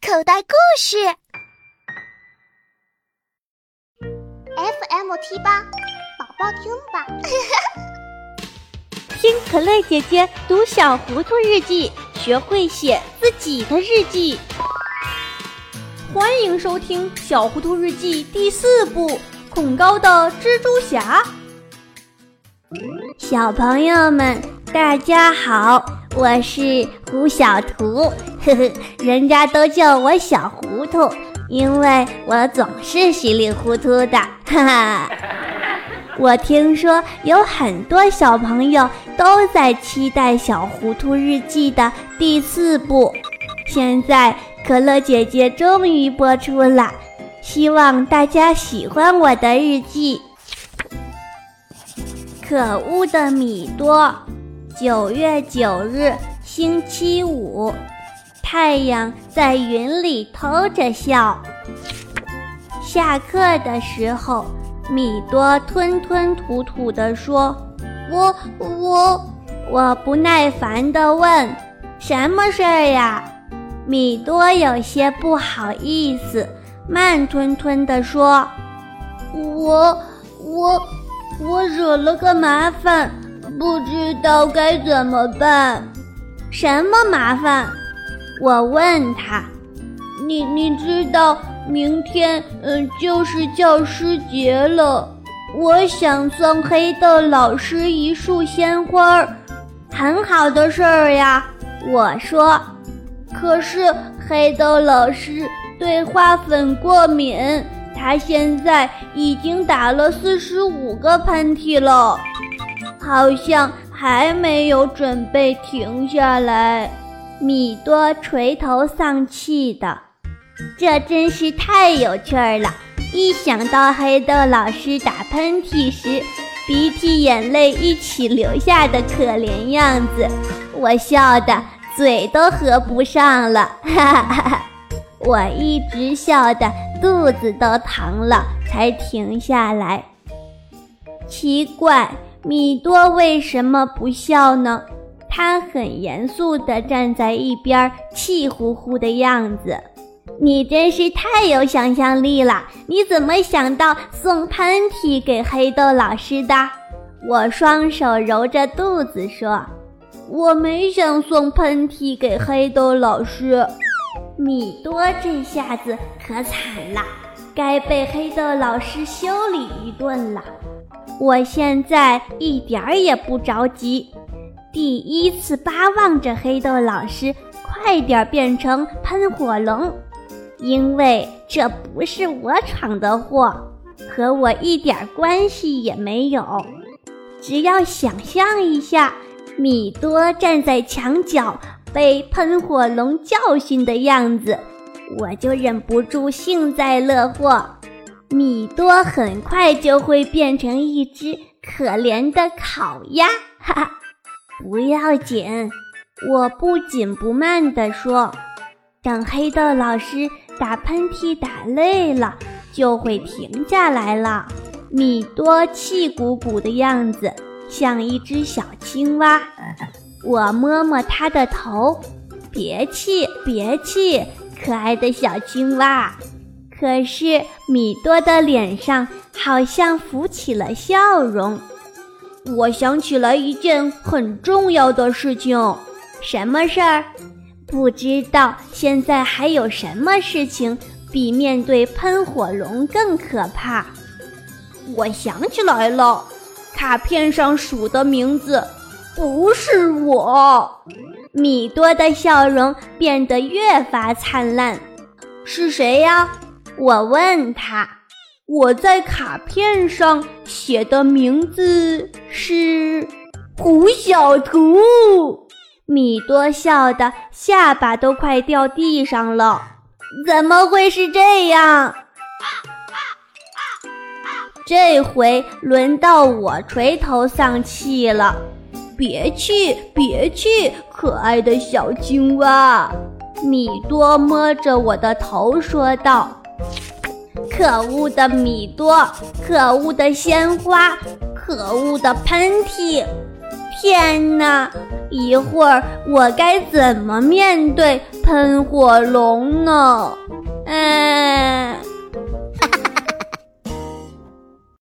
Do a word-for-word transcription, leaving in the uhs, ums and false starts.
口袋故事 F M 七八，宝宝听吧。 听可乐姐姐读小糊涂日记，学会写自己的日记。欢迎收听小糊涂日记第四部，恐高的蜘蛛侠。小朋友们大家好，我是胡小图，呵呵，人家都叫我小糊涂，因为我总是稀里糊涂的，哈哈。我听说有很多小朋友都在期待小糊涂日记的第四部，现在可乐姐姐终于播出了，希望大家喜欢我的日记。可恶的米多，九月九日，星期五，太阳在云里偷着笑。下课的时候，米多吞吞吐吐地说：“我我我不耐烦地问，什么事儿呀？”米多有些不好意思，慢吞吞地说：“我我。”我惹了个麻烦，不知道该怎么办。什么麻烦？我问他。你你知道明天嗯、呃、就是教师节了，我想送黑豆老师一束鲜花，很好的事儿呀。我说，可是黑豆老师对花粉过敏，他现在已经打了四十五个喷嚏了，好像还没有准备停下来。米多垂头丧气的，这真是太有趣了，一想到黑豆老师打喷嚏时鼻涕眼泪一起流下的可怜样子，我笑得嘴都合不上了，哈哈哈哈。我一直笑得肚子都疼了，才停下来。奇怪，米多为什么不笑呢？他很严肃地站在一边，气呼呼的样子。你真是太有想象力了，你怎么想到送喷嚏给黑豆老师的？我双手揉着肚子说，我没想送喷嚏给黑豆老师。米多这下子可惨了，该被黑豆老师修理一顿了。我现在一点儿也不着急，第一次巴望着黑豆老师快点变成喷火龙，因为这不是我闯的祸，和我一点关系也没有。只要想象一下，米多站在墙角被喷火龙教训的样子，我就忍不住幸灾乐祸。米多很快就会变成一只可怜的烤鸭，哈哈！不要紧，我不紧不慢地说，等黑豆老师打喷嚏打累了，就会停下来了。米多气鼓鼓的样子，像一只小青蛙。我摸摸他的头，别气别气，可爱的小青蛙。可是米多的脸上好像浮起了笑容。我想起来一件很重要的事情。什么事儿？不知道现在还有什么事情比面对喷火龙更可怕。我想起来了，卡片上数的名字不是我。米多的笑容变得越发灿烂。是谁呀？我问他。我在卡片上写的名字是胡小图。米多笑得下巴都快掉地上了。怎么会是这样？这回轮到我垂头丧气了。别气别气，可爱的小青蛙。米多摸着我的头说道。可恶的米多，可恶的鲜花，可恶的喷嚏。天哪，一会儿我该怎么面对喷火龙呢？哎。